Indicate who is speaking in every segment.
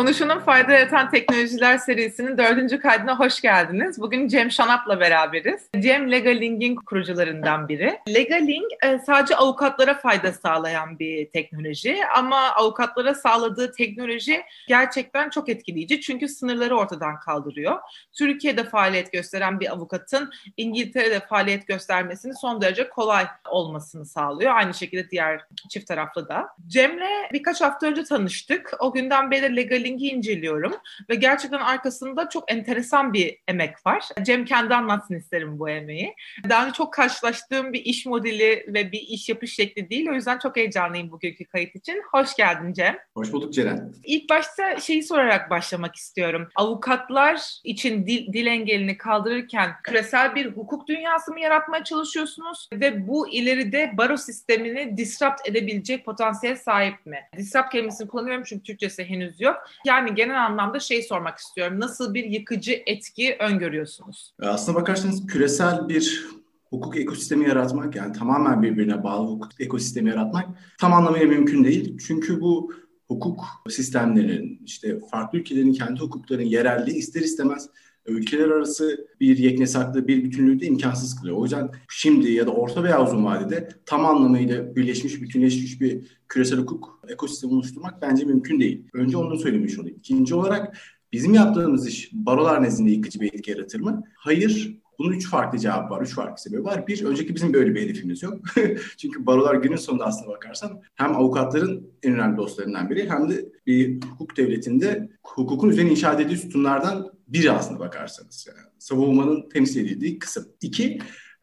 Speaker 1: Konuşanın fayda yaratan teknolojiler serisinin 4. kaydına hoş geldiniz. Bugün Cem Şanap'la beraberiz. Cem Legaling'in kurucularından biri. Legaling sadece avukatlara fayda sağlayan bir teknoloji ama avukatlara sağladığı teknoloji gerçekten çok etkileyici çünkü sınırları ortadan kaldırıyor. Türkiye'de faaliyet gösteren bir avukatın İngiltere'de faaliyet göstermesini son derece kolay olmasını sağlıyor. Aynı şekilde diğer çift taraflı da. Cem'le birkaç hafta önce tanıştık. O günden beri Legaling'i inceliyorum ve gerçekten arkasında çok enteresan bir emek var. Cem kendi anlatsın isterim bu emeği. Daha önce çok karşılaştığım bir iş modeli ve bir iş yapış şekli değil. O yüzden çok heyecanlıyım bugünkü kayıt için. Hoş geldin Cem.
Speaker 2: Hoş bulduk Ceren.
Speaker 1: İlk başta şeyi sorarak başlamak istiyorum. Avukatlar için dil engelini kaldırırken küresel bir hukuk dünyası mı yaratmaya çalışıyorsunuz? Ve bu ileride baro sistemini disrupt edebilecek potansiyel sahip mi? Disrupt kelimesini kullanıyorum çünkü Türkçesi henüz yok. Yani genel anlamda sormak istiyorum. Nasıl bir yıkıcı etki öngörüyorsunuz?
Speaker 2: Aslına bakarsanız küresel bir hukuk ekosistemi yaratmak, yani tamamen birbirine bağlı hukuk ekosistemi yaratmak tam anlamıyla mümkün değil. Çünkü bu hukuk sistemlerinin, farklı ülkelerin kendi hukuklarının yerelliği ister istemez ülkeler arası bir yeknesaklığı, bir bütünlüğü de imkansız kılıyor. O yüzden şimdi ya da orta veya uzun vadede tam anlamıyla birleşmiş, bütünleşmiş bir küresel hukuk ekosistemi oluşturmak bence mümkün değil. Önce onu söylemiş olayım. İkinci olarak bizim yaptığımız iş barolar nezdinde yıkıcı bir etki yaratır mı? Hayır. Bunun 3 farklı cevabı var, 3 farklı sebebi var. Bir, önceki bizim böyle bir hedefimiz yok. Çünkü barolar günün sonunda aslına bakarsan hem avukatların en önemli dostlarından biri hem de bir hukuk devletinde hukukun üzerine inşa edildiği sütunlardan biri aslına bakarsanız. Yani savunmanın temsil edildiği kısım. 2,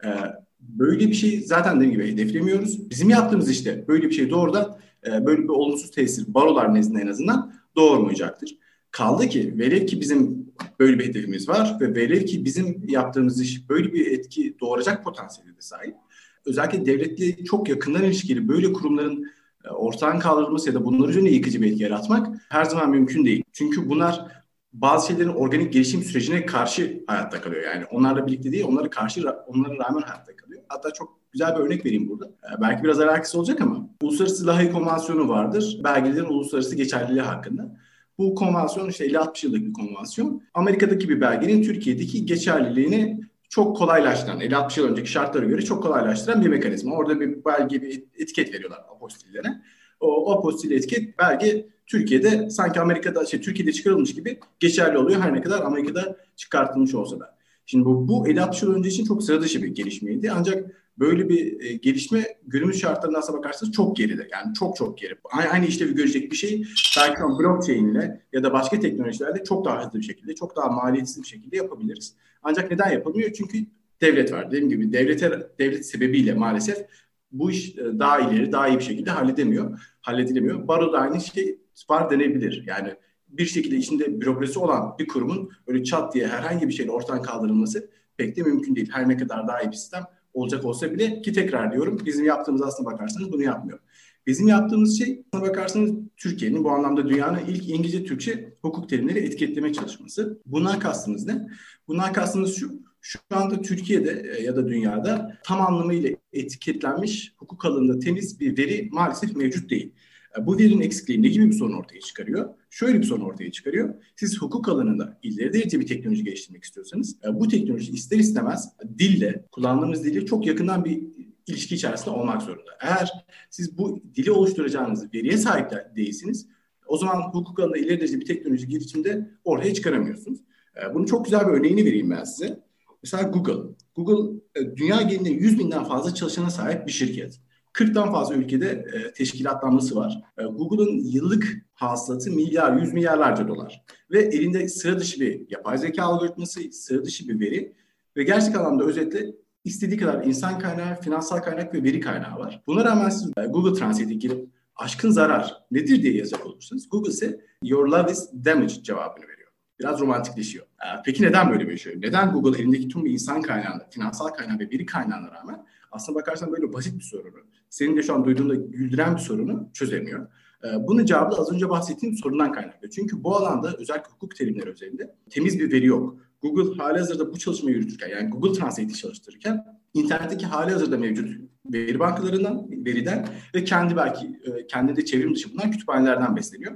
Speaker 2: böyle bir şey zaten dediğim gibi hedeflemiyoruz. Bizim yaptığımız işte böyle bir şey doğrudan böyle bir olumsuz tesir barolar nezdinde en azından doğurmayacaktır. Kaldı ki velev ki bizim böyle bir hedefimiz var ve velev ki bizim yaptığımız iş böyle bir etki doğuracak potansiyeli de sahip. Özellikle devletle çok yakından ilişkili böyle kurumların ortadan kaldırılması ya da bunların üzerine yıkıcı bir etki yaratmak her zaman mümkün değil. Çünkü bunlar bazı şeylerin organik gelişim sürecine karşı hayatta kalıyor. Yani onlarla birlikte değil, onlara rağmen hayatta kalıyor. Hatta çok güzel bir örnek vereyim burada. Belki biraz alakası olacak ama Uluslararası Lahey Konvansiyonu vardır. Belgelerin uluslararası geçerliliği hakkında. Bu konvansiyon 50-60 yıllık bir konvansiyon. Amerika'daki bir belgenin Türkiye'deki geçerliliğini çok kolaylaştıran, 50-60 yıl önceki şartlara göre çok kolaylaştıran bir mekanizma. Orada bir belge, bir etiket veriyorlar apostillere. O apostil etiket belge Türkiye'de sanki Türkiye'de çıkarılmış gibi geçerli oluyor her ne kadar Amerika'da çıkartılmış olsa da. Şimdi bu 50-60 yıl önce için çok sıra dışı bir gelişmeydi. Ancak böyle bir gelişme günümüz şartlarına nasıl bakarsanız çok geride. Yani çok çok geri. Aynı işlevi görecek bir şey belki blockchain ile ya da başka teknolojilerle çok daha hızlı bir şekilde, çok daha maliyetsiz bir şekilde yapabiliriz. Ancak neden yapılmıyor? Çünkü devlet var. Dediğim gibi devlet sebebiyle maalesef bu iş daha ileri, daha iyi bir şekilde halledilemiyor. Baroda aynı şey var denebilir. Yani bir şekilde içinde bürokrasi olan bir kurumun öyle çat diye herhangi bir şeyin ortadan kaldırılması pek de mümkün değil. Her ne kadar daha iyi bir sistem olacak olsa bile ki tekrar diyorum bizim yaptığımız aslına bakarsanız bunu yapmıyor. Bizim yaptığımız şey aslına bakarsanız Türkiye'nin bu anlamda dünyanın ilk İngilizce-Türkçe hukuk terimleri etiketleme çalışması. Bundan kastımız ne? Bundan kastımız şu anda Türkiye'de ya da dünyada tam anlamıyla etiketlenmiş hukuk alanında temiz bir veri maalesef mevcut değil. Bu verinin eksikliği ne gibi bir sorun ortaya çıkarıyor? Şöyle bir sorun ortaya çıkarıyor. Siz hukuk alanında ileri derece bir teknoloji geliştirmek istiyorsanız bu teknoloji ister istemez kullandığımız dille çok yakından bir ilişki içerisinde olmak zorunda. Eğer siz bu dili oluşturacağınız veriye sahip değilsiniz, o zaman hukuk alanında ileri derece bir teknoloji girişimde ortaya çıkaramıyorsunuz. Bunun çok güzel bir örneğini vereyim ben size. Mesela Google. Google dünya genelinde 100.000'den fazla çalışana sahip bir şirket. 40'tan fazla ülkede teşkilatlanması var. Google'ın yıllık hasılatı yüz milyarlarca dolar. Ve elinde sıra dışı bir yapay zeka algoritması, sıra dışı bir veri ve gerçek anlamda özetle istediği kadar insan kaynağı, finansal kaynak ve veri kaynağı var. Buna rağmen siz Google Translate'e girip aşkın zarar nedir diye yazacak olursanız Google ise your love is damage cevabını veriyor. Biraz romantikleşiyor. Peki neden böyle bir şey? Neden Google elindeki tüm bir insan kaynağını, finansal kaynağı ve veri kaynağına rağmen aslına bakarsan böyle basit bir sorunu, senin de şu an duyduğunda güldüren bir sorunu çözemiyor? Bunun cevabı da az önce bahsettiğim sorundan kaynaklı. Çünkü bu alanda özellikle hukuk terimleri üzerinde temiz bir veri yok. Google halihazırda bu çalışmayı yürütürken yani Google Translate'i çalıştırırken internetteki halihazırda mevcut veri bankalarından, veriden ve kendi belki kendinde çevrim dışı bulunan kütüphanelerden besleniyor.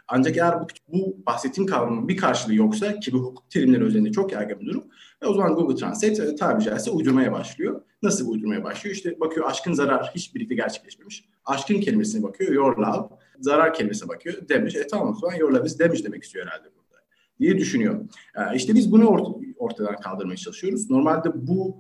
Speaker 2: Ancak eğer bu bahsettiğim kavramın bir karşılığı yoksa, ki bu hukuk terimleri üzerinde çok yaygın bir durum, o zaman Google Translate tabiri caizse uydurmaya başlıyor. Nasıl uydurmaya başlıyor? İşte bakıyor aşkın zarar hiç birlikte gerçekleşmemiş. Aşkın kelimesine bakıyor, your love. Zarar kelimesine bakıyor, damage. Tamam, o zaman your love is damage demek istiyor herhalde burada diye düşünüyor. İşte biz bunu ortadan kaldırmaya çalışıyoruz. Normalde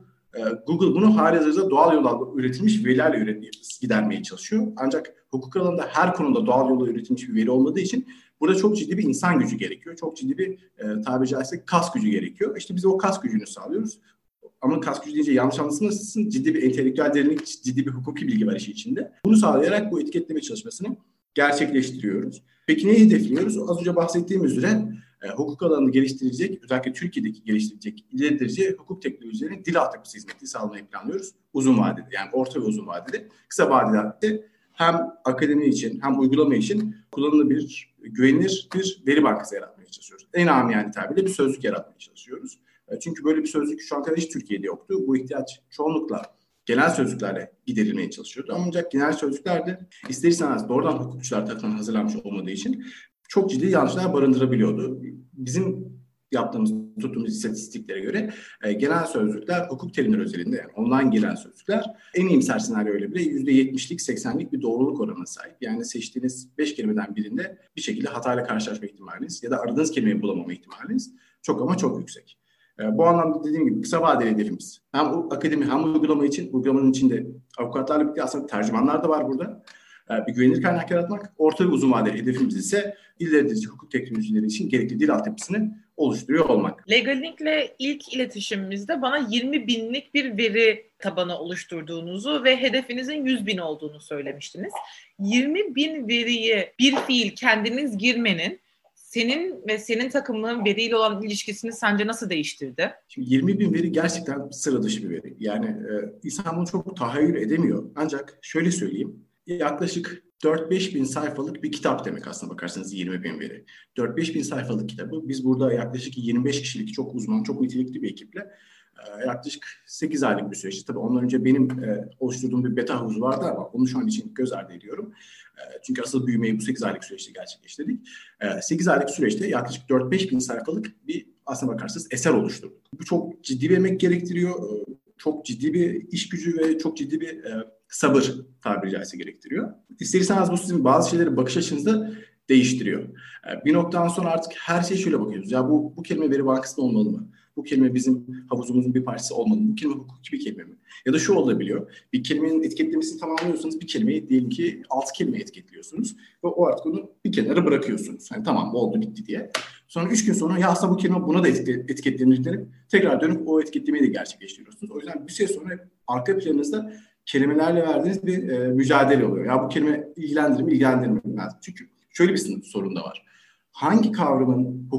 Speaker 2: Google bunu halihazırda doğal yollarla üretilmiş verilerle gidermeye çalışıyor. Ancak hukuk alanında her konuda doğal yolla üretilmiş bir veri olmadığı için burada çok ciddi bir insan gücü gerekiyor. Çok ciddi bir tabiri caizse kas gücü gerekiyor. İşte biz o kas gücünü sağlıyoruz. Ama kas gücü deyince yanlış anlaşılmasın, ciddi bir entelektüel derinlik, ciddi bir hukuki bilgi var işin içinde. Bunu sağlayarak bu etiketleme çalışmasını gerçekleştiriyoruz. Peki neyi hedefliyoruz? Az önce bahsettiğim üzere hukuk alanını geliştirecek, özellikle Türkiye'deki geliştirecek ileri derece hukuk teknolojilerinin dil altyapısı hizmeti sağlamayı planlıyoruz. Uzun vadede, yani orta ve uzun vadede. Kısa vadede hem akademi için hem uygulama için kullanılabilir, güvenilir bir veri bankası yaratmaya çalışıyoruz. En amiyane tabirle bir sözlük yaratmaya çalışıyoruz. Çünkü böyle bir sözlük şu ana kadar hiç Türkiye'de yoktu. Bu ihtiyaç çoğunlukla genel sözlüklerle giderilmeye çalışıyordu. Ancak genel sözlükler de ister istemez doğrudan hukukçular tarafından hazırlanmış olmadığı için çok ciddi yanlışlar barındırabiliyordu. Bizim tuttuğumuz istatistiklere göre genel sözlükler hukuk terimleri özelinde, yani online genel sözlükler en iyimser senaryoyla bile %70'lik 80'lik bir doğruluk oranına sahip. Yani seçtiğiniz 5 kelimeden birinde bir şekilde hatayla karşılaşma ihtimaliniz ya da aradığınız kelimeyi bulamama ihtimaliniz çok ama çok yüksek. Bu anlamda dediğim gibi kısa vadeli hedefimiz hem akademi hem uygulama için, uygulamanın içinde avukatlarla birlikte aslında tercümanlar da var burada. Bir güvenilir kaynak yaratmak. Orta ve uzun vadeli hedefimiz ise ileri derece hukuk teknolojileri için gerekli dil altyapısını oluşturuyor olmak.
Speaker 1: LegalLink'le ilk iletişimimizde bana 20 binlik bir veri tabanı oluşturduğunuzu ve hedefinizin 100 bin olduğunu söylemiştiniz. 20 bin veriyi bir fiil kendiniz girmenin senin ve senin takımının veriyle olan ilişkisini sence nasıl değiştirdi?
Speaker 2: Şimdi 20 bin veri gerçekten sıra dışı bir veri. Yani insan bunu çok tahayyül edemiyor. Ancak şöyle söyleyeyim. Yaklaşık 4-5 bin sayfalık bir kitap demek aslında bakarsanız 20 bin veri. 4-5 bin sayfalık kitabı biz burada yaklaşık 25 kişilik çok uzman, çok nitelikli bir ekiple yaklaşık 8 aylık bir süreçti. Tabii ondan önce benim oluşturduğum bir beta havuzu vardı ama onu şu an için göz ardı ediyorum. Çünkü asıl büyümeyi bu 8 aylık süreçte gerçekleştirdik. 8 aylık süreçte yaklaşık 4-5 bin sayfalık bir aslına bakarsanız eser oluşturduk. Bu çok ciddi bir emek gerektiriyor. Çok ciddi bir iş gücü ve çok ciddi bir sabır tabiri caizse gerektiriyor. İsterseniz bu sizin bazı şeyleri bakış açınızda değiştiriyor. Bir noktadan sonra artık her şeye şöyle bakıyoruz. Ya bu kelime veri bankasında olmalı mı? Bu kelime bizim havuzumuzun bir parçası olmalı mı? Bu kelime hukuki bir kelime mi? Ya da şu olabiliyor. Bir kelimenin etiketlemesini tamamlıyorsanız bir kelimeyi diyelim ki 6 kelime etiketliyorsunuz. Ve o artık onu bir kenara bırakıyorsunuz. Yani tamam oldu bitti diye. Sonra 3 gün sonra ya aslında bu kelime buna da etiketlenir denip tekrar dönüp o etiketlemeyi de gerçekleştiriyorsunuz. O yüzden bir süre sonra arka planınızda kelimelerle verdiğiniz bir mücadele oluyor. Ya bu kelime ilgilendirir mi, ilgilendirmez. Çünkü şöyle bir sorun da var. Hangi kavramın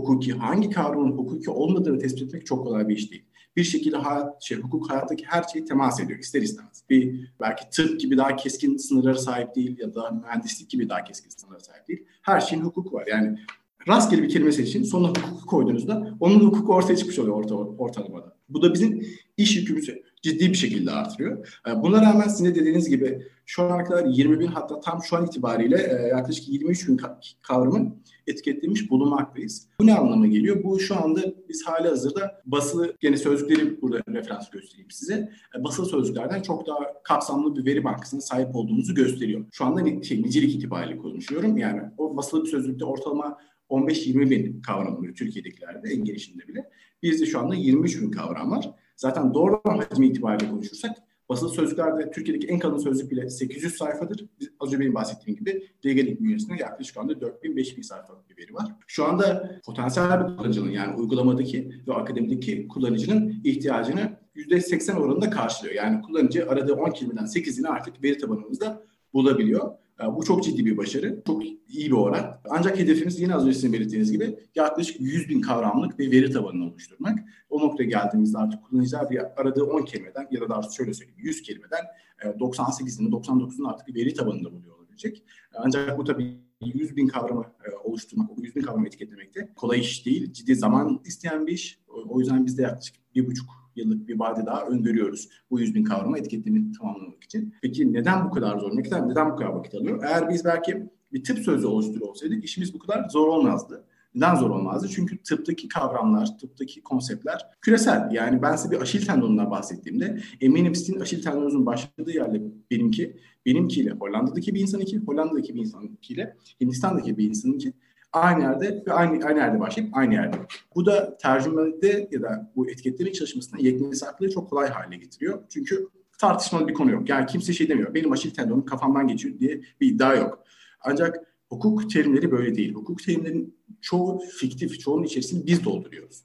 Speaker 2: hukuki olmadığını tespit etmek çok kolay bir iş değil. Bir şekilde hukuk hayattaki her şeyi temas ediyor ister istemez. Belki tıp gibi daha keskin sınırlara sahip değil ya da mühendislik gibi daha keskin sınırlara sahip değil. Her şeyin hukuku var. Yani rastgele bir kelime seçin, sonuna hukuku koyduğunuzda onun hukuku ortaya çıkmış oluyor ortalamada. Bu da bizim iş yükümüzü ciddi bir şekilde artırıyor. Buna rağmen sizin de dediğiniz gibi şu ana kadar 20 bin hatta tam şu an itibariyle yaklaşık 23 bin kavramın etiketlenmiş bulunmaktayız. Bu ne anlama geliyor? Bu şu anda biz halihazırda basılı, gene sözlükleri burada referans göstereyim size. Basılı sözlüklerden çok daha kapsamlı bir veri bankasına sahip olduğumuzu gösteriyor. Şu anda nicelik itibariyle konuşuyorum. Yani o basılı bir sözlükte ortalama 15-20 bin kavram oluyor Türkiye'dekilerde en genişinde bile. Bizde şu anda 23 bin kavram var. Zaten doğrudan hacmi itibariyle konuşursak basılı sözlüklerde Türkiye'deki en kalın sözlük bile 800 sayfadır. Az önce benim bahsettiğim gibi LegalLink bünyesinde yaklaşık şu anda 4000-5000 sayfalık bir veri var. Şu anda potansiyel bir kullanıcının yani uygulamadaki ve akademideki kullanıcının ihtiyacını %80 oranında karşılıyor. Yani kullanıcı aradığı 10 kelimeden 8'ini artık veri tabanımızda bulabiliyor. Bu çok ciddi bir başarı. Çok iyi bir oran. Ancak hedefimiz yine az önce sizin belirttiğiniz gibi yaklaşık 100 bin kavramlık bir veri tabanını oluşturmak. O noktaya geldiğimizde artık kullanıcılar bir aradığı 10 kelimeden ya da daha şöyle söyleyeyim 100 kelimeden 98'ini 99'unu artık bir veri tabanında buluyor olabilecek. Ancak bu tabii 100 bin kavramı oluşturmak, o 100 bin kavramı etiketlemek de kolay iş değil. Ciddi zaman isteyen bir iş. O yüzden biz de yaklaşık 1,5 yıllık bir vade daha öngörüyoruz bu 100 bin kavramı etiketlemeyi tamamlamak için. Peki neden bu kadar zor? Neden bu kadar vakit alıyor? Eğer biz belki bir tıp sözü oluşturuyor olsaydık işimiz bu kadar zor olmazdı. Neden zor olmazdı? Çünkü tıptaki kavramlar, tıptaki konseptler küresel. Yani ben size bir Aşil tendonundan bahsettiğimde eminim sizin Aşil tendonunuzun başladığı yerle benimkiyle Hollanda'daki bir insanınki, Hollanda'daki bir insanınkiyle Hindistan'daki bir insanınki aynı yerde ve aynı yerde başlayıp aynı yerde. Bu da tercümede ya da bu etiketleme çalışmasında yeknesaklığı çok kolay hale getiriyor. Çünkü tartışmalı bir konu yok. Yani kimse şey demiyor. Benim Aşil tendonum kafamdan geçiyor diye bir iddia yok. Ancak hukuk terimleri böyle değil. Hukuk terimlerinin çoğu fiktif, çoğunun içerisini biz dolduruyoruz.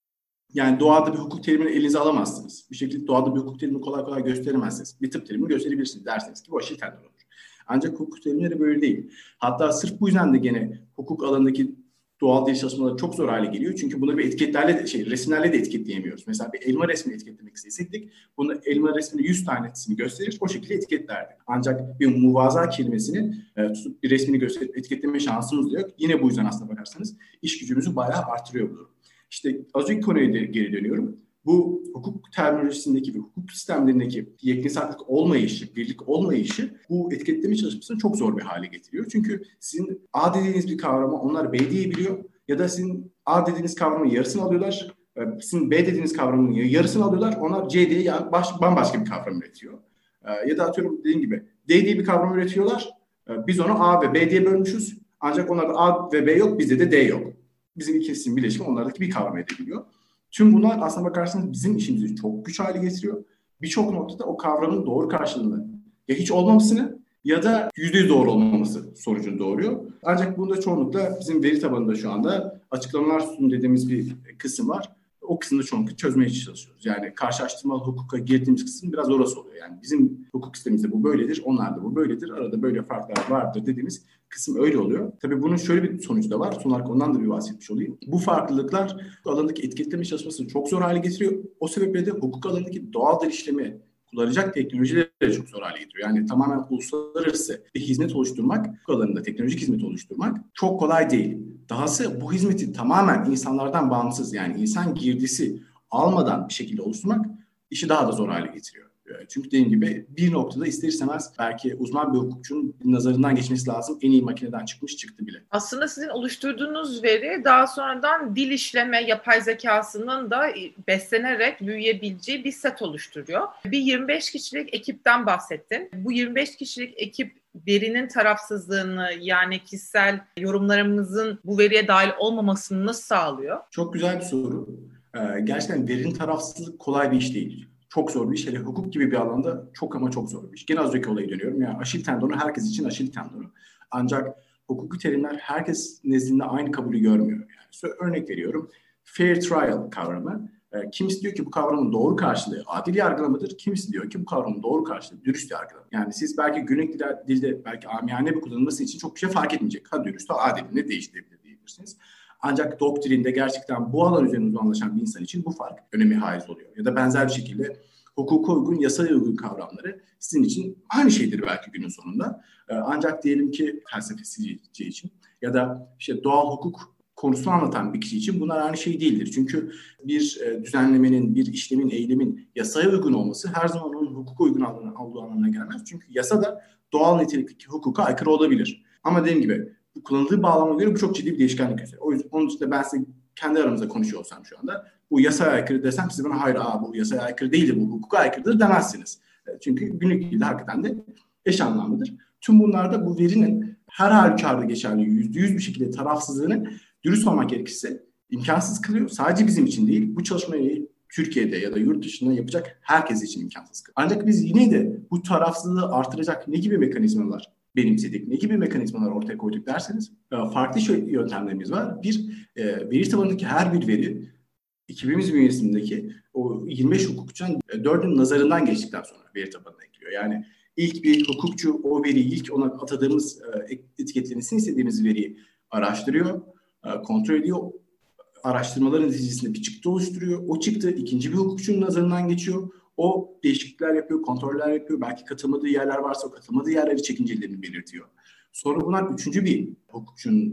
Speaker 2: Yani doğada bir hukuk terimini elinize alamazsınız. Bir şekilde doğada bir hukuk terimini kolay kolay gösteremezsiniz. Bir tıp terimini gösterebilirsiniz. Derseniz ki bu Aşil tendonudur. Ancak hukuk terimleri böyle değil. Hatta sırf bu yüzden de gene hukuk alanındaki doğal dil çalışmaları çok zor hale geliyor. Çünkü bunu bir etiketlerle, resimlerle de etiketleyemiyoruz. Mesela bir elma resmini etiketlemek isteseydik, bunu elma resmini 100 tanesini gösterir, o şekilde etiketlerdik. Ancak bir muvaza kelimesini tutup bir resmini gösterip etiketleme şansımız da yok. Yine bu yüzden aslına bakarsanız iş gücümüzü bayağı artırıyor bu durum. İşte az önceki konuya geri dönüyorum. Bu hukuk terminolojisindeki ve hukuk sistemlerindeki yeknesaklık olmayışı, birlik olmayışı bu etiketleme çalışmasını çok zor bir hale getiriyor. Çünkü sizin A dediğiniz bir kavramı onlar B diyebiliyor ya da sizin A dediğiniz kavramın yarısını alıyorlar, sizin B dediğiniz kavramın yarısını alıyorlar, onlar C diye bambaşka bir kavram üretiyor. Ya da atıyorum dediğim gibi D diye bir kavram üretiyorlar, biz onu A ve B diye bölmüşüz ancak onlarda A ve B yok, bizde de D yok. Bizim ikisinin birleşimi onlardaki bir kavram edebiliyor. Tüm bunlar aslına bakarsanız bizim işimizi çok güç hale getiriyor. Birçok noktada o kavramın doğru karşılığını ya hiç olmamasını ya da %100 doğru olmaması sonucunu doğuruyor. Ancak bunda çoğunlukla bizim veri tabanında şu anda açıklamalar sunum dediğimiz bir kısım var. O kısımda çoğunlukla çözmeye çalışıyoruz. Yani karşılaştırmalı hukuka girdiğimiz kısım biraz orası oluyor. Yani bizim hukuk sistemimizde bu böyledir, onlarda bu böyledir, arada böyle farklar vardır dediğimiz kısım öyle oluyor. Tabii bunun şöyle bir sonucu da var. Son olarak ondan da bir bahsetmiş olayım. Bu farklılıklar bu alandaki etiketleme çalışmasını çok zor hale getiriyor. O sebeple de hukuk alanındaki doğal dil işlemi kullanacak teknolojileri de çok zor hale getiriyor. Yani tamamen uluslararası bir hizmet oluşturmak, hukuk alanında teknolojik hizmet oluşturmak çok kolay değil. Dahası bu hizmeti tamamen insanlardan bağımsız, yani insan girdisi almadan bir şekilde oluşturmak işi daha da zor hale getiriyor. Çünkü dediğim gibi bir noktada ister istemez belki uzman bir hukukçunun nazarından geçmesi lazım. En iyi makineden çıktı bile.
Speaker 1: Aslında sizin oluşturduğunuz veri daha sonradan dil işleme yapay zekasının da beslenerek büyüyebileceği bir set oluşturuyor. Bir 25 kişilik ekipten bahsettin. Bu 25 kişilik ekip verinin tarafsızlığını, yani kişisel yorumlarımızın bu veriye dahil olmamasını nasıl sağlıyor?
Speaker 2: Çok güzel bir soru. Gerçekten verinin tarafsızlık kolay bir iş değil. Çok zor bir iş. Hele hukuk gibi bir alanda çok ama çok zor bir iş. Gene az önceki olaya dönüyorum. Yani Aşil tendonu herkes için Aşil tendonu. Ancak hukuki terimler herkes nezdinde aynı kabulü görmüyor. Yani örnek veriyorum. Fair trial kavramı. Kimisi diyor ki bu kavramın doğru karşılığı adil yargılamadır. Kimisi diyor ki bu kavramın doğru karşılığı dürüst yargılama. Yani siz belki günlük dilde belki amiyane bir kullanılması için çok bir şey fark etmeyecek. Ha dürüst ha adil, ne değiştirebilir diyebilirsiniz. Ancak doktrinde gerçekten bu alan üzerinde uzmanlaşan bir insan için bu fark önemi haiz oluyor. Ya da benzer bir şekilde hukuka uygun, yasaya uygun kavramları sizin için aynı şeydir belki günün sonunda. Ancak diyelim ki felsefeci için ya da işte doğal hukuk konusunu anlatan bir kişi için bunlar aynı şey değildir. Çünkü bir düzenlemenin, bir işlemin, eylemin yasaya uygun olması her zaman onun hukuka uygun olduğu anlamına gelmez. Çünkü yasa da doğal nitelikteki hukuka aykırı olabilir. Ama dediğim gibi kullanıldığı bağlama göre bu çok ciddi bir değişkenlik gösteriyor. O yüzden onun için ben size kendi aramızda konuşuyor olsam şu anda bu yasaya aykırı desem siz bana hayır bu yasaya aykırı değildir, bu hukuka aykırıdır demezsiniz. Çünkü günlük dilde hakikaten de eş anlamlıdır. Tüm bunlarda bu verinin her halükarda geçerli %100 bir şekilde tarafsızlığını dürüst olmak gerekirse imkansız kılıyor. Sadece bizim için değil, bu çalışmayı Türkiye'de ya da yurt dışında yapacak herkes için imkansız kılıyor. Ancak biz yine de bu tarafsızlığı artıracak ne gibi mekanizmalar benimsedik, ne gibi mekanizmalar ortaya koyduk derseniz farklı yöntemlerimiz var. Bir, veri tabanındaki her bir veri ekibimiz bünyesindeki o 25 hukukçunun 4'ün nazarından geçtikten sonra veri tabanına ekliyor. Yani ilk bir hukukçu o veriyi, ilk ona atadığımız etiketlemesini istediğimiz veriyi araştırıyor, kontrol ediyor. Araştırmaların neticesinde bir çıktı oluşturuyor. O çıktı ikinci bir hukukçunun nazarından geçiyor. O değişiklikler yapıyor, kontroller yapıyor. Belki katılmadığı yerler varsa o katılmadığı yerleri çekincelerini belirtiyor. Sonra bunlar üçüncü bir hukukçunun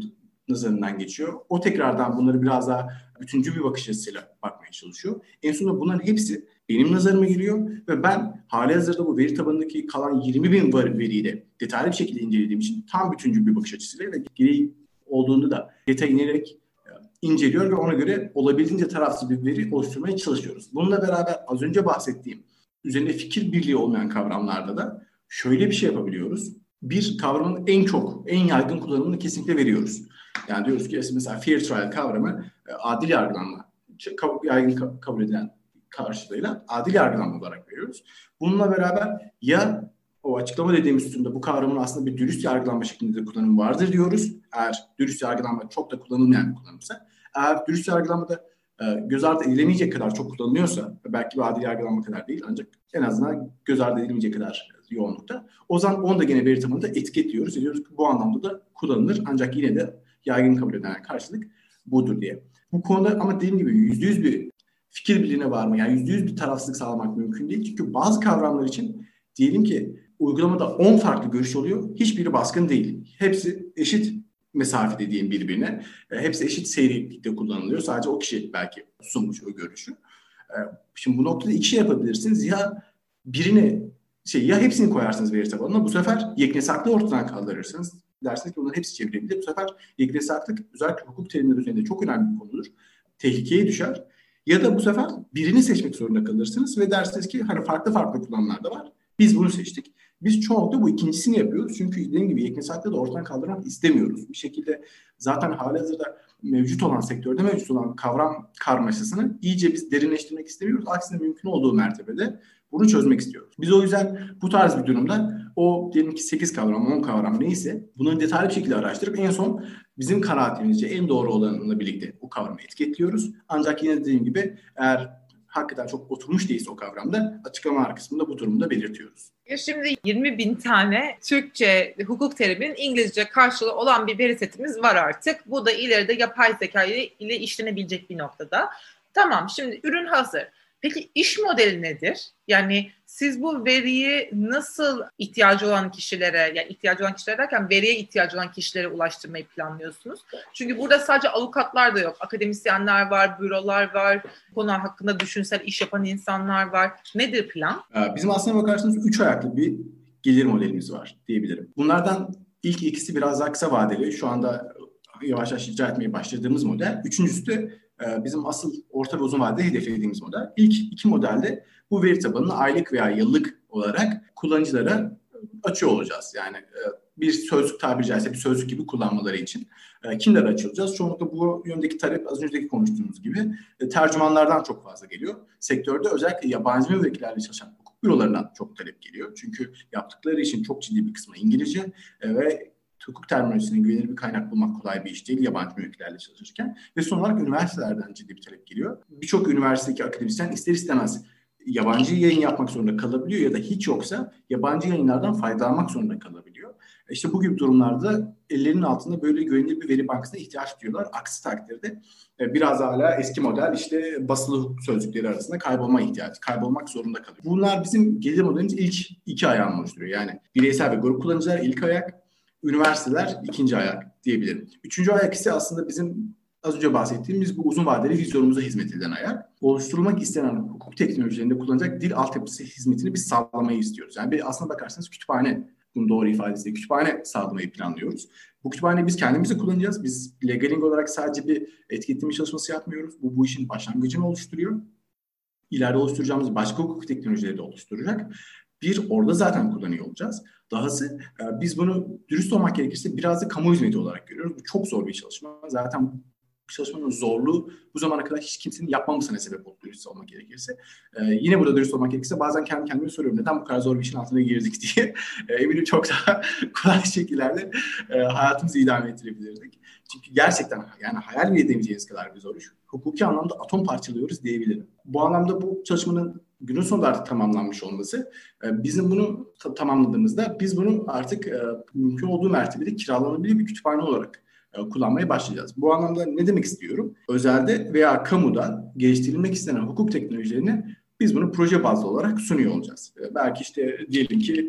Speaker 2: nazarından geçiyor. O tekrardan bunları biraz daha bütüncül bir bakış açısıyla bakmaya çalışıyor. En sonunda bunların hepsi benim nazarıma giriyor ve ben halihazırda bu veri tabanındaki kalan 20 bin veriyi de detaylı bir şekilde incelediğim için tam bütüncül bir bakış açısıyla ve gereği olduğunda da detay inerek inceliyor ve ona göre olabildiğince tarafsız bir veri oluşturmaya çalışıyoruz. Bununla beraber az önce bahsettiğim üzerinde fikir birliği olmayan kavramlarda da şöyle bir şey yapabiliyoruz. Bir kavramın en yaygın kullanımını kesinlikle veriyoruz. Yani diyoruz ki mesela fair trial kavramı adil yargılanma, yaygın kabul edilen karşılığıyla adil yargılanma olarak veriyoruz. Bununla beraber ya o açıklama dediğimiz sütunda bu kavramın aslında bir dürüst yargılanma şeklinde de kullanımı vardır diyoruz. Eğer dürüst yargılanma çok da kullanılmayan bir kullanımsa. Eğer dürüst yargılanmada göz ardı edilemeyecek kadar çok kullanılıyorsa, belki bir adil yargılanma kadar değil ancak en azından göz ardı edilemeyecek kadar yoğunlukta. O zaman onu da gene veri tabanında etiketliyoruz. Diyoruz ki bu anlamda da kullanılır ancak yine de yaygın kabul edilen karşılık budur diye. Bu konuda ama dediğim gibi %100 bir fikir birliğine varma, yani %100 bir tarafsızlık sağlamak mümkün değil. Çünkü bazı kavramlar için diyelim ki uygulamada 10 farklı görüş oluyor. Hiçbiri baskın değil. Hepsi eşit mesafede diyeyim birbirine. Hepsi eşit seyreklikte kullanılıyor. Sadece o kişi belki sunmuş o görüşü. Şimdi bu noktada iki şey yapabilirsiniz. Ya birine ya hepsini koyarsınız veri tabanına. Bu sefer yeknesaklığı ortadan kaldırırsınız. Dersiniz ki bunların hepsi çevrilebilir. Bu sefer yeknesaklık özellikle hukuk terimleri üzerinde çok önemli bir konudur. Tehlikeye düşer. Ya da bu sefer birini seçmek zorunda kalırsınız ve dersiniz ki hani farklı kullanımlar da var. Biz bunu seçtik. Biz çoğunlukla bu ikincisini yapıyoruz. Çünkü dediğim gibi yeknesaklığı da ortadan kaldırmak istemiyoruz. Bir şekilde zaten halihazırda sektörde mevcut olan kavram karmaşasını iyice biz derinleştirmek istemiyoruz. Aksine mümkün olduğu mertebede bunu çözmek istiyoruz. Biz o yüzden bu tarz bir durumda o diyelim ki 8 kavram, 10 kavram neyse bunları detaylı bir şekilde araştırıp en son bizim kanaatimizce en doğru olanla birlikte o kavramı etiketliyoruz. Ancak yine dediğim gibi eğer hakikaten çok oturmuş değilse o kavramda açıklama kısmında bu durumu da belirtiyoruz.
Speaker 1: Şimdi 20 bin tane Türkçe hukuk teriminin İngilizce karşılığı olan bir veri setimiz var artık. Bu da ileride yapay zeka ile işlenebilecek bir noktada. Tamam, şimdi ürün hazır. Peki iş modeli nedir? Yani siz bu veriyi nasıl ihtiyacı olan kişilere, yani ihtiyacı olan kişiler derken veriye ihtiyacı olan kişilere ulaştırmayı planlıyorsunuz? Çünkü burada sadece avukatlar da yok. Akademisyenler var, bürolar var, konu hakkında düşünsel iş yapan insanlar var. Nedir plan?
Speaker 2: Bizim aslına bakarsanız 3 ayaklı bir gelir modelimiz var diyebilirim. Bunlardan ilk ikisi biraz daha kısa vadeli. Şu anda yavaş yavaş icra etmeye başladığımız model. Üçüncüsü de bizim asıl orta ve uzun vadede hedeflediğimiz model. İlk iki modelde bu veri tabanını aylık veya yıllık olarak kullanıcılara açıyor olacağız. Yani bir sözlük tabiri caizse bir sözlük gibi kullanmaları için. Kimlere açılacağız? Çoğunlukla bu yöndeki talep az önceki konuştuğumuz gibi tercümanlardan çok fazla geliyor. Sektörde özellikle yabancı müvekkillerle çalışan hukuk bürolarından çok talep geliyor. Çünkü yaptıkları işin çok ciddi bir kısmı İngilizce ve hukuk terminolojisine güvenilir bir kaynak bulmak kolay bir iş değil yabancı müvekkillerle çalışırken. Ve son olarak üniversitelerden ciddi bir talep geliyor. Birçok üniversitedeki akademisyen ister istemez yabancı yayın yapmak zorunda kalabiliyor ya da hiç yoksa yabancı yayınlardan faydalanmak zorunda kalabiliyor. İşte bu gibi durumlarda ellerinin altında böyle güvenilir bir veri bankasına ihtiyaç duyuyorlar. Aksi takdirde biraz hala eski model işte basılı hukuk sözlükleri arasında kaybolmak zorunda kalıyor. Bunlar bizim gelir modelimiz ilk iki ayağını oluşturuyor. Yani bireysel ve grup kullanıcılar ilk ayak, üniversiteler ikinci ayak diyebilirim. Üçüncü ayak ise aslında bizim az önce bahsettiğimiz bu uzun vadeli vizyonumuza hizmet eden ayak. Oluşturulmak istenen hukuk teknolojilerinde kullanacak dil altyapısı hizmetini biz sağlamayı istiyoruz. Yani aslına bakarsanız kütüphane, bunun doğru ifadesiyle kütüphane sağlamayı planlıyoruz. Bu kütüphaneyi biz kendimiz de kullanacağız. Biz Legaling olarak sadece bir etiketleme çalışması yapmıyoruz. Bu işin başlangıcını oluşturuyor. İleride oluşturacağımız başka hukuk teknolojileri de oluşturacak. Orada zaten kullanıyor olacağız. Dahası biz bunu dürüst olmak gerekirse biraz da kamu hizmeti olarak görüyoruz. Bu çok zor bir çalışma. Zaten bu çalışmanın zorluğu bu zamana kadar hiç kimsenin yapmamasına sebep oldu dürüst olmak gerekirse. Yine burada dürüst olmak gerekirse bazen kendi kendime soruyorum neden bu kadar zor bir işin altına girdik diye. Eminim çok daha kolay şekillerle hayatımızı idame ettirebilirdik. Çünkü gerçekten yani hayal bile edemeyeceğiniz kadar bir zor iş. Hukuki anlamda atom parçalıyoruz diyebilirim. Bu anlamda bu çalışmanın günün sonunda artık tamamlanmış olması, bizim bunu tamamladığımızda biz bunu artık mümkün olduğu mertebede kiralanabilir bir kütüphane olarak kullanmaya başlayacağız. Bu anlamda ne demek istiyorum? Özelde veya kamuda geliştirilmek istenen hukuk teknolojilerini biz bunu proje bazlı olarak sunuyor olacağız. Belki işte diyelim ki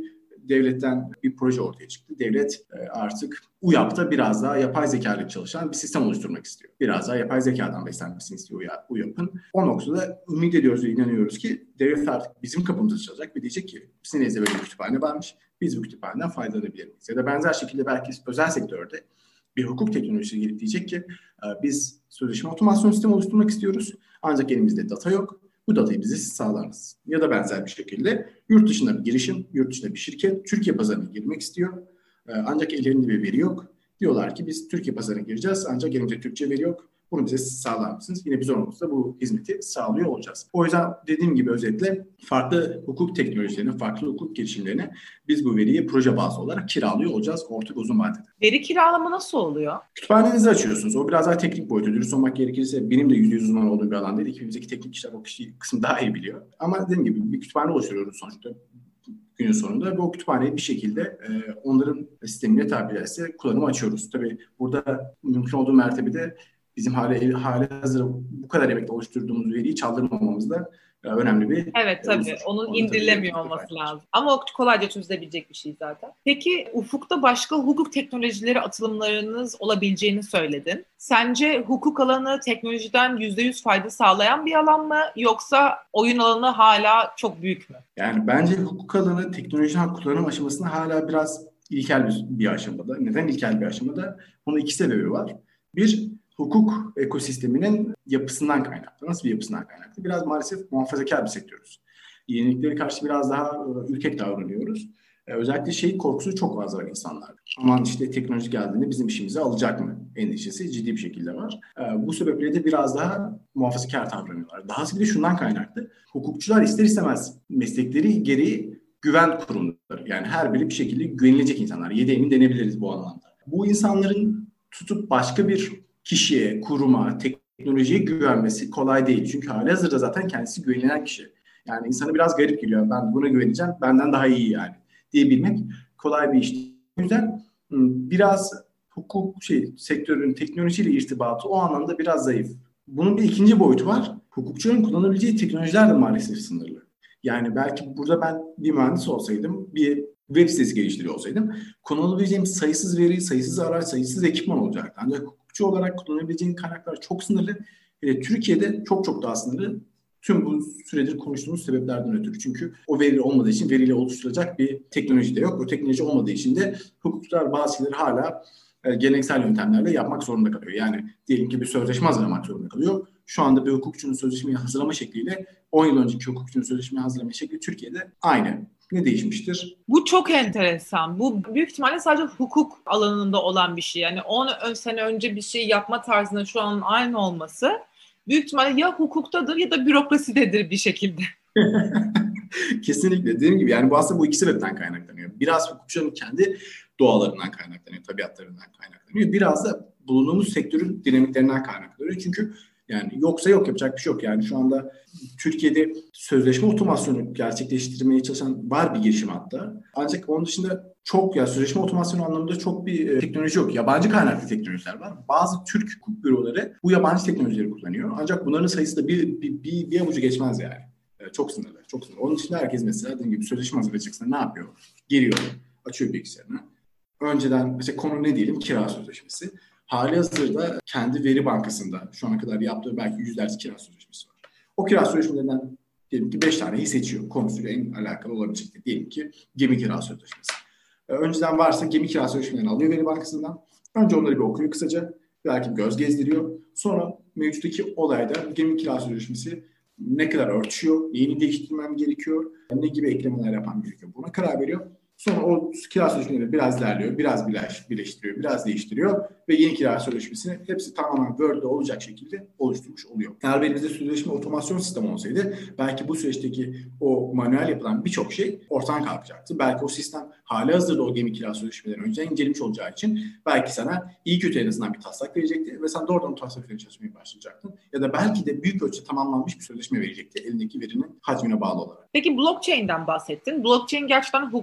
Speaker 2: devletten bir proje ortaya çıktı. Devlet artık UYAP'ta biraz daha yapay zeka ile çalışan bir sistem oluşturmak istiyor. Biraz daha yapay zekadan beslenmesini istiyor UYAP'ın. O noktada ümit ediyoruz ve inanıyoruz ki devlet artık bizim kapımıza çalacak ve diyecek ki sizin elinizde böyle bir kütüphane varmış. Biz bu kütüphaneden faydalanabilir miyiz? Ya da benzer şekilde belki özel sektörde bir hukuk teknolojisi gelip diyecek ki biz sözleşme otomasyon sistemi oluşturmak istiyoruz. Ancak elimizde data yok. Bu datayı bize siz sağlarsınız. Ya da benzer bir şekilde yurt dışında bir girişim, yurt dışında bir şirket Türkiye pazarına girmek istiyor. Ancak ellerinde bir veri yok. Diyorlar ki biz Türkiye pazarına gireceğiz ancak elimizde Türkçe veri yok. Bunu bize siz sağlar mısınız? Yine biz olmazsa bu hizmeti sağlıyor olacağız. O yüzden dediğim gibi özetle farklı hukuk teknolojilerine, farklı hukuk girişimlerine biz bu veriyi proje bazlı olarak kiralıyor olacağız orta ve uzun vadede.
Speaker 1: Veri kiralama nasıl oluyor?
Speaker 2: Kütüphanenizi açıyorsunuz. O biraz daha teknik boyutu. Dürüst olmak gerekirse benim de %100 uzman olduğum bir alan değil. İkimizdeki teknik kişiler o kısmı daha iyi biliyor. Ama dediğim gibi bir kütüphane oluşturuyoruz sonuçta günün sonunda ve o kütüphaneyi bir şekilde onların sistemine tabi ederse kullanıma açıyoruz. Tabii burada mümkün olduğu mertebede bizim hali hazır bu kadar emekle oluşturduğumuz veriyi çaldırmamamız da önemli bir
Speaker 1: Evet tabii. Onun indirilemiyor olması lazım. Ama o kolayca çözülebilecek bir şey zaten. Peki ufukta başka hukuk teknolojileri atılımlarınız olabileceğini söyledin. Sence hukuk alanı teknolojiden %100 fayda sağlayan bir alan mı yoksa oyun alanı hala çok büyük mü?
Speaker 2: Yani bence hukuk alanı teknolojiden kullanım aşamasında hala biraz ilkel bir aşamada. Neden ilkel bir aşamada? Bunun iki sebebi var. Bir, hukuk ekosisteminin yapısından kaynaklı. Nasıl bir yapısından kaynaklı? Biraz maalesef muhafazakar bir sektörüz. Yeniliklere karşı biraz daha ürkek davranıyoruz. Özellikle şey korkusu çok fazla var insanlarda. Aman işte teknoloji geldiğinde bizim işimizi alacak mı? Endişesi ciddi bir şekilde var. Bu sebeple de biraz daha muhafazakar davranıyorlar. Dahası bir de şundan kaynaklı. Hukukçular ister istemez meslekleri gereği güven kurumları. Yani her biri bir şekilde güvenilecek insanlar. 7 emin denebiliriz bu anlamda. Bu insanların tutup başka bir kişiye, kuruma, teknolojiye güvenmesi kolay değil. Çünkü halihazırda zaten kendisi güvenilen kişi. Yani insana biraz garip geliyor. Ben buna güveneceğim, benden daha iyi yani diyebilmek kolay bir iş değil. O yüzden biraz hukuk sektörün teknolojiyle irtibatı o anlamda biraz zayıf. Bunun bir ikinci boyutu var. Hukukçuların kullanabileceği teknolojiler de maalesef sınırlı. Yani belki burada ben bir mühendis olsaydım, bir web sitesi geliştiriyor olsaydım kullanabileceğim sayısız veri, sayısız araç, sayısız ekipman olacaktı. Ancak hukukçu olarak kullanabileceğin kaynaklar çok sınırlı. Türkiye'de çok çok daha sınırlı. Tüm bu süredir konuştuğumuz sebeplerden ötürü. Çünkü o veri olmadığı için veriyle oluşturulacak bir teknoloji de yok. O teknoloji olmadığı için de hukukçular bazı şeyleri hala geleneksel yöntemlerle yapmak zorunda kalıyor. Yani diyelim ki bir sözleşme hazırlamak zorunda kalıyor. Şu anda bir hukukçunun sözleşmeyi hazırlama şekliyle 10 yıl önceki hukukçunun sözleşmeyi hazırlama şekli Türkiye'de aynı. Ne değişmiştir?
Speaker 1: Bu çok enteresan. Bu büyük ihtimalle sadece hukuk alanında olan bir şey. Yani 10 sene önce bir şey yapma tarzında şu an aynı olması büyük ihtimalle ya hukuktadır ya da bürokrasidedir bir şekilde.
Speaker 2: Kesinlikle. Dediğim gibi yani bu aslında bu iki sebepten kaynaklanıyor. Biraz hukukçunun kendi doğalarından kaynaklanıyor, tabiatlarından kaynaklanıyor. Biraz da bulunduğumuz sektörün dinamiklerinden kaynaklanıyor. Çünkü yani yoksa yok, yapacak bir şey yok. Yani şu anda Türkiye'de sözleşme otomasyonu gerçekleştirmeye çalışan var bir girişim hatta. Ancak onun dışında çok sözleşme otomasyonu anlamında çok bir teknoloji yok. Yabancı kaynaklı teknolojiler var. Bazı Türk hukuk büroları bu yabancı teknolojileri kullanıyor. Ancak bunların sayısı da bir avucu geçmez yani. Çok sınırlı, çok sınırlı. Onun için herkes mesela dediğim gibi sözleşme hazırlayacaksın. Ne yapıyor? Giriyor, açıyor bilgisayarını. Önceden mesela konu ne diyelim? Kira sözleşmesi. Halihazırda kendi veri bankasında şu ana kadar yaptığı belki yüzlerce kira sözleşmesi var. O kira sözleşmelerinden diyelim ki 5 taneyi seçiyor. Konusuyla en alakalı olabilecek. Diyelim ki gemi kira sözleşmesi. Önceden varsa gemi kira sözleşmelerini alıyor veri bankasından. Önce onları bir okuyor kısaca. Belki göz gezdiriyor. Sonra mevcuttaki olayda gemi kira sözleşmesi ne kadar örtüşüyor, neyini değiştirmem gerekiyor, ne gibi eklemeler yapmam gerekiyor. Buna karar veriyor. Sonra o kira sözleşmeleri biraz derliyor, biraz birleştiriyor, biraz değiştiriyor ve yeni kira sözleşmesini hepsi tamamen Word'de olacak şekilde oluşturmuş oluyor. Eğer elimizde sözleşme otomasyon sistemi olsaydı belki bu süreçteki o manuel yapılan birçok şey ortadan kalkacaktı. Belki o sistem halihazırda o gemi kira sözleşmelerini önceden incelemiş olacağı için belki sana iyi kötü en azından bir taslak verecekti ve sen doğrudan o taslak üzerine çalışmaya başlayacaktın. Ya da belki de büyük ölçüde tamamlanmış bir sözleşme verecekti elindeki verinin hacmine bağlı olarak.
Speaker 1: Peki blockchain'den bahsettin. Blockchain gerçekten hukuku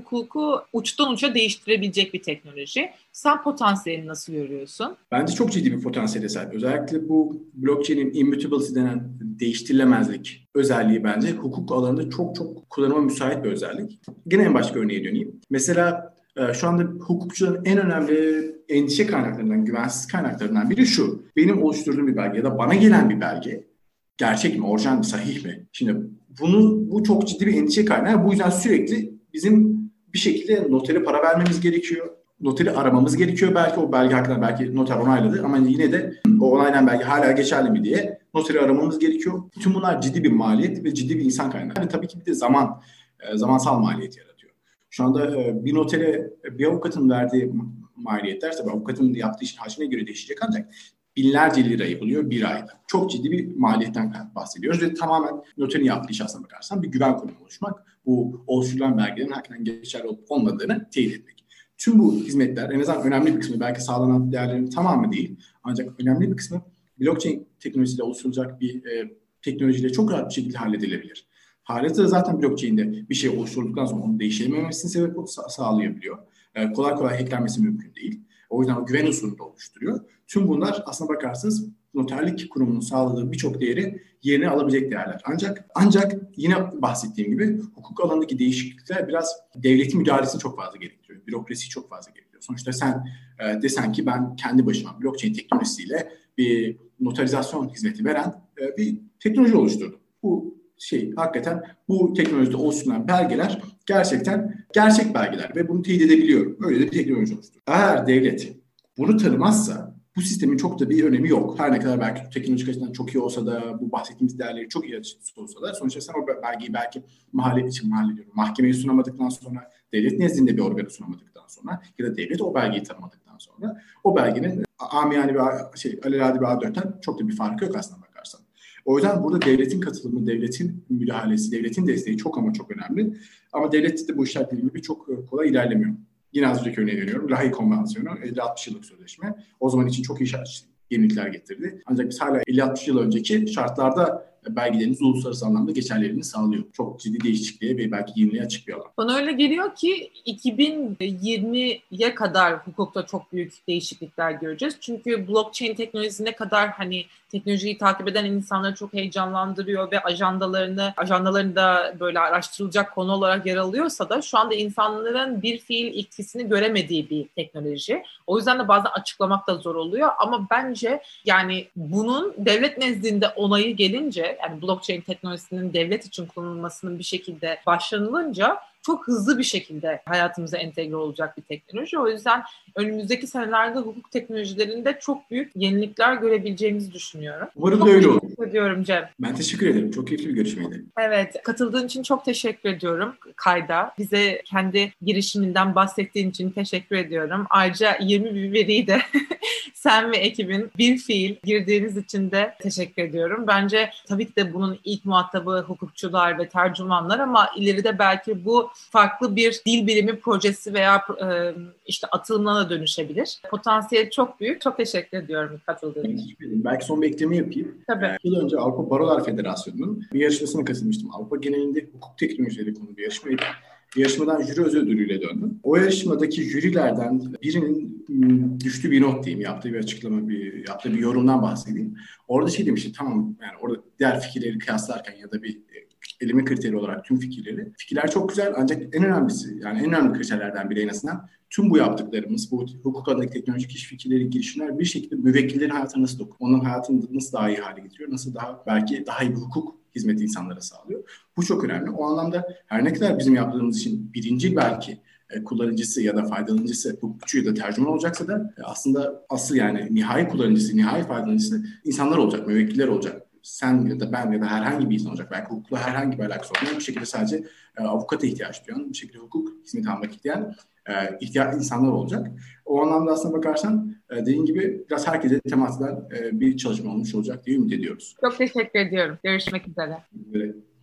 Speaker 1: hukuku uçtan uça değiştirebilecek bir teknoloji. Sen potansiyelini nasıl görüyorsun?
Speaker 2: Bence çok ciddi bir potansiyele sahip. Özellikle bu blockchain'in immutability denen değiştirilemezlik özelliği bence hukuk alanında çok çok kullanıma müsait bir özellik. Yine en başka örneğe döneyim. Mesela şu anda hukukçuların en önemli endişe kaynaklarından, güvensiz kaynaklarından biri şu. Benim oluşturduğum bir belge ya da bana gelen bir belge gerçek mi, orijinal mi, sahih mi? Şimdi bu çok ciddi bir endişe kaynağı. Bu yüzden sürekli bizim bir şekilde notere para vermemiz gerekiyor. Noteri aramamız gerekiyor. Belki o belge hakkında belki noter onayladı ama yine de o onaylanan belge hala geçerli mi diye noteri aramamız gerekiyor. Bütün bunlar ciddi bir maliyet ve ciddi bir insan kaynağı. Yani tabii ki bir de zamansal maliyet yaratıyor. Şu anda bir notere bir avukatın verdiği maliyetler tabii avukatın yaptığı işin hacmine göre değişecek ancak binlerce lirayı buluyor bir ayda. Çok ciddi bir maliyetten bahsediyoruz ve tamamen noterin yaptığı iş aslına bakarsan bir güven kurumu oluşmak. Bu oluşturulan belgelerin hakikaten geçerli olup olmadığını teyit etmek. Tüm bu hizmetler en azından önemli bir kısmı belki sağlanan değerlerin tamamı değil ancak önemli bir kısmı blockchain teknolojisiyle oluşturulacak bir teknolojiyle çok rahat bir şekilde halledilebilir. Halihazırda zaten blockchain'de bir şey oluşturulduktan sonra onun değiştirilmemesini sebep sağlayabiliyor. Kolay kolay hacklenmesi mümkün değil. O yüzden o güven unsurunu da oluşturuyor. Tüm bunlar aslına bakarsanız noterlik kurumunun sağladığı birçok değeri yerine alabilecek değerler. Ancak yine bahsettiğim gibi hukuk alanındaki değişiklikler biraz devletin müdahalesini çok fazla gerektiriyor. Bürokrasiyi çok fazla gerektiriyor. Sonuçta sen desen ki ben kendi başıma blockchain teknolojisiyle bir notarizasyon hizmeti veren bir teknoloji oluşturdum. Hakikaten bu teknolojide oluşturulan belgeler gerçekten gerçek belgeler ve bunu teyit edebiliyorum. Öyle de bir teknoloji oluşturuyor. Eğer devlet bunu tanımazsa bu sistemin çok da bir önemi yok. Her ne kadar belki teknolojik açıdan çok iyi olsa da bu bahsettiğimiz değerleri çok iyi olsa da sonuçta sen o belgeyi belki mahkemeye sunamadıktan sonra devlet nezdinde bir organa sunamadıktan sonra ya da devlet o belgeyi tanımadıktan sonra o belgenin amiyane alelade bir A4'ten çok da bir farkı yok aslında bakarsan. O yüzden burada devletin katılımı, devletin müdahalesi, devletin desteği çok ama çok önemli. Ama devlet de bu işler dediğim gibi çok kolay ilerlemiyor. Yine az önceki örneğe dönüyorum. Lahey Konvansiyonu 50-60 yıllık sözleşme. O zaman için çok iyi yenilikler getirdi. Ancak biz hala 50-60 yıl önceki şartlarda belgelerimiz uluslararası anlamda geçerliliğini sağlıyor. Çok ciddi değişikliğe ve belki yeniliğe açık bir alan.
Speaker 1: Bana öyle geliyor ki 2020'ye kadar hukukta çok büyük değişiklikler göreceğiz. Çünkü blockchain teknolojisi ne kadar teknolojiyi takip eden insanları çok heyecanlandırıyor ve ajandalarında böyle araştırılacak konu olarak yer alıyorsa da şu anda insanların bir fiil etkisini göremediği bir teknoloji. O yüzden de bazen açıklamak da zor oluyor ama bence yani bunun devlet nezdinde onayı gelince yani blockchain teknolojisinin devlet için kullanılmasının bir şekilde başlanılınca çok hızlı bir şekilde hayatımıza entegre olacak bir teknoloji. O yüzden önümüzdeki senelerde hukuk teknolojilerinde çok büyük yenilikler görebileceğimizi düşünüyorum.
Speaker 2: Umarım da öyle olur.
Speaker 1: Teşekkür ediyorum Cem.
Speaker 2: Ben teşekkür ederim. Çok keyifli bir görüşmeydi.
Speaker 1: Evet, katıldığın için çok teşekkür ediyorum kayda. Bize kendi girişiminden bahsettiğin için teşekkür ediyorum. Ayrıca 20 veriyi de sen ve ekibin bir fiil girdiğiniz için de teşekkür ediyorum. Bence tabii ki de bunun ilk muhatabı hukukçular ve tercümanlar ama ileride belki bu farklı bir dil bilimi projesi veya atılımına dönüşebilir. Potansiyeli çok büyük. Çok teşekkür ediyorum katıldığın için.
Speaker 2: Belki son bir ekleme yapayım.
Speaker 1: Tabii.
Speaker 2: Yıl önce Avrupa Barolar Federasyonu'nun bir yarışmasına katılmıştım. Avrupa genelinde hukuk teknolojileri konu bir yarışmaydı. Yarışmadan jüri ödülüyle döndüm. O yarışmadaki jürilerden birinin düştüğü bir not diyeyim, yaptığı bir yorumdan bahsedeyim. Orada demişti, tamam yani orada diğer fikirleri kıyaslarken ya da bir eleme kriteri olarak tüm fikirler çok güzel ancak en önemlisi yani en önemli kriterlerden biri en azından tüm bu yaptıklarımız, bu hukuk alanındaki teknolojik iş fikirleri, girişimler bir şekilde müvekkillerin hayatına nasıl dokunuyor? Onun hayatını nasıl daha iyi hale getiriyor? Nasıl belki daha iyi bir hukuk hizmeti insanlara sağlıyor? Bu çok önemli. O anlamda her ne kadar bizim yaptığımız için birincil belki kullanıcısı ya da faydalanıcısı hukukçu ya da tercüman olacaksa da aslında asıl yani nihai kullanıcısı, nihai faydalanıcısı insanlar olacak, müvekkiller olacak. Sen ya da ben ya da herhangi bir insan olacak. Belki hukukla herhangi bir alakası olmayan bir şekilde sadece avukata ihtiyaç duyan, bir şekilde hukuk hizmeti almak isteyen insanlar olacak. O anlamda aslına bakarsan dediğin gibi biraz herkese temas eden bir çalışma olmuş olacak diye ümit ediyoruz.
Speaker 1: Çok teşekkür ediyorum. Görüşmek üzere.